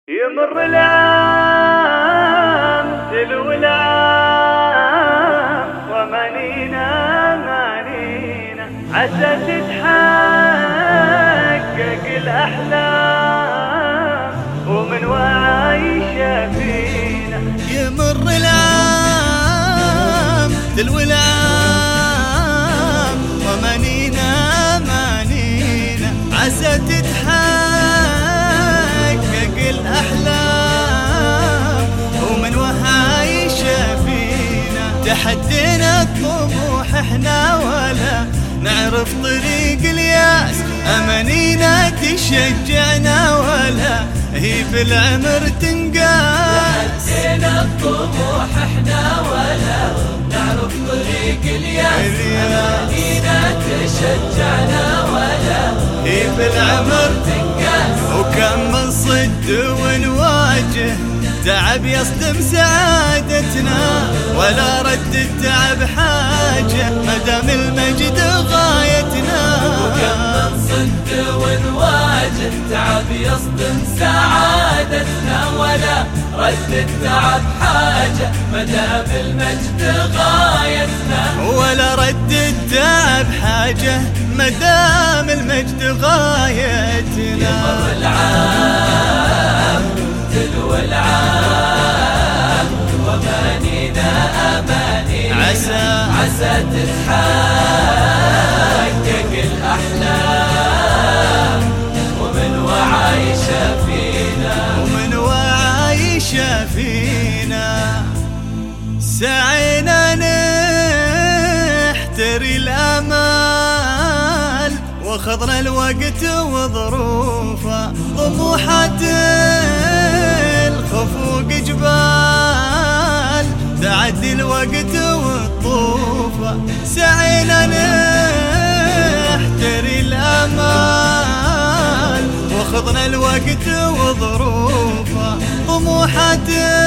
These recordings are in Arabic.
يمر العام تلو العام ومنينا عسى تتحقق الأحلام ومن وعايش فينا. يمر العام تلو العام ومنينا عسى تتحقق الأحلام ومن وعايش فينا. تحدينا الطموح احنا ولا نعرف طريق الياس، أمانينا تشجعنا ولا هي بالعمر تنقاس. تحدينا الطموح احنا ولا نعرف طريق الياس، أمانينا تشجعنا ولا هي بالعمر تنقاس. وكم من صد ونواجه تعب يصدم سعادتنا، ولا رد التعب حاجة مدام المجد غايتنا. وكم من صد ونواجه تعب يصدم سعادتنا، ولا رد التعب حاجة مدام المجد غايتنا. ولا رد التعب حاجة مدام المجد غايتنا. يمر العام تلو العام ومانينا عسى تتحقق الأحلام ومن وعايش فينا. سعينا نحتري الآمال وخضنا الوقت وظروفه، طموحات الخفوق جبال تعدي الوقت والطوفة. سعينا نحتري الآمال وخضنا الوقت وظروفه، طموحات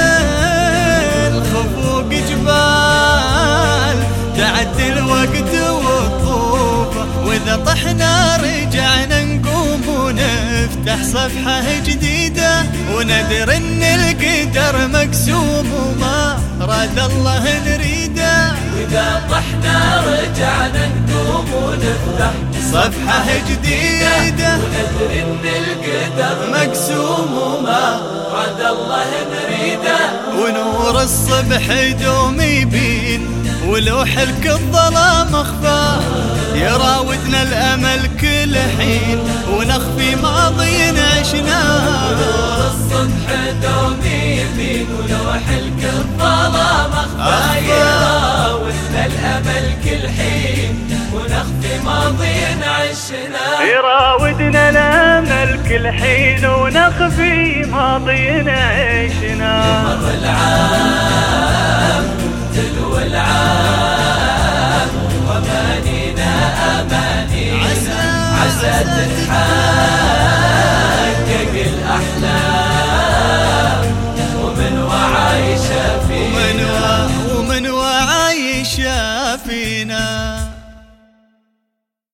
الخفوق جبال تعدي الوقت والطوفة. وإذا طحنا رجعنا نقوم ونفتح صفحة جديدة، وندر ان القدر مقسوم وما راد الله نريده. وإذا طحنا رجعنا نقوم ونفتح صفحة جديدة، وندر ان القدر مقسوم وما راد الله نريده. ونور الصبح دوم يبين ولوح الظلام اخفى، يراودنا الامل كل حين ونخفي ماضي عشناه. نور الصبح دوم يبين ولوح الظلام اخفى، يراودنا الامل كل حين ونخفي ماضي عشناه. يراودنا الامل كل حين ونخفي ماضي عشناه. يمر العام